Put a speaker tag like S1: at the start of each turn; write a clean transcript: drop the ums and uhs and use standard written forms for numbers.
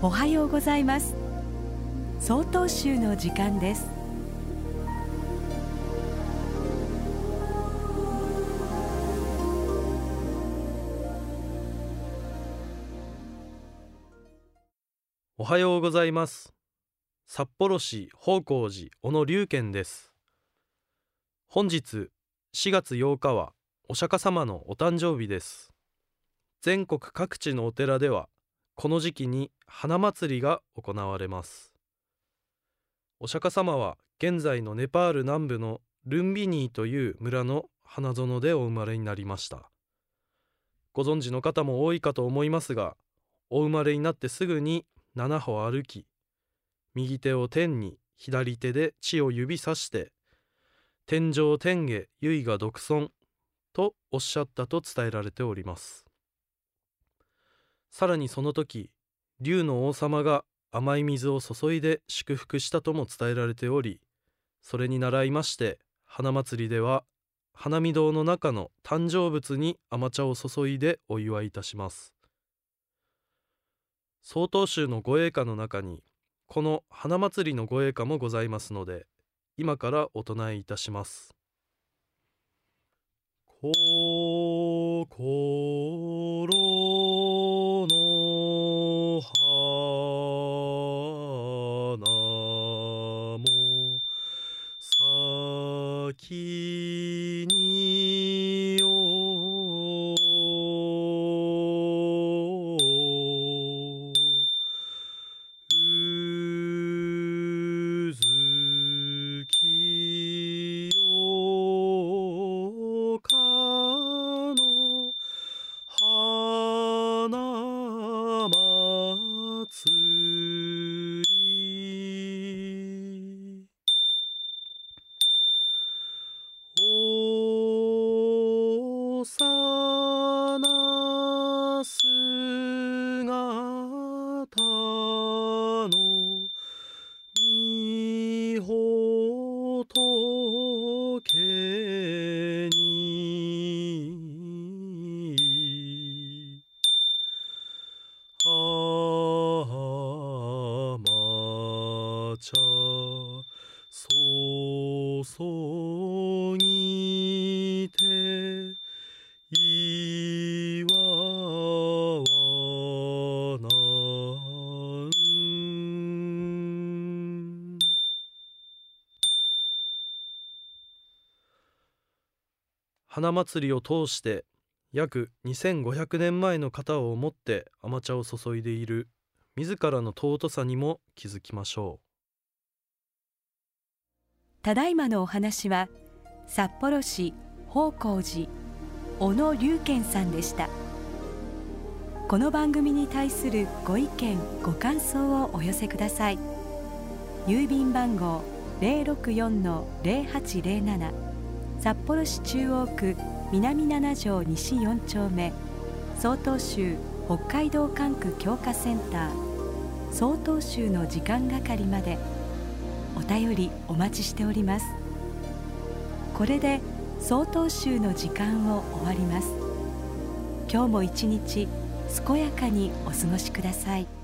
S1: おはようございます。曹洞宗の時間です。
S2: おはようございます。札幌市方光寺小野龍賢です。本日4月8日はお釈迦様のお誕生日です。全国各地のお寺ではこの時期に花祭りが行われます。お釈迦様は現在のネパール南部のルンビニーという村の花園でお生まれになりました。ご存知の方も多いかと思いますが、お生まれになってすぐに7歩歩き、右手を天に左手で地を指さして天上天下唯我独尊とおっしゃったと伝えられております。さらにその時、龍の王様が甘い水を注いで祝福したとも伝えられており、それに倣いまして花祭りでは花見堂の中の誕生物に甘茶を注いでお祝いいたします。曹洞宗の御詠歌の中にこの花祭りの御詠歌もございますので、今からお唱えいたします。心の花も咲にようずきよかの花祭りおさな姿のみほとけに甘茶注ぎて祝わなん花祭りを通して約2500年前の方を思って甘茶を注いでいる自らの尊さにも気づきましょ
S1: う。ただいまのお話は札幌市方光寺小野龍賢さんでした。この番組に対するご意見ご感想をお寄せください。郵便番号 064-0807 札幌市中央区南7条西4丁目曹洞宗北海道管区強化センター曹洞宗の時間係までお便りお待ちしております。これで曹洞宗の時間を終わります。今日も一日健やかにお過ごしください。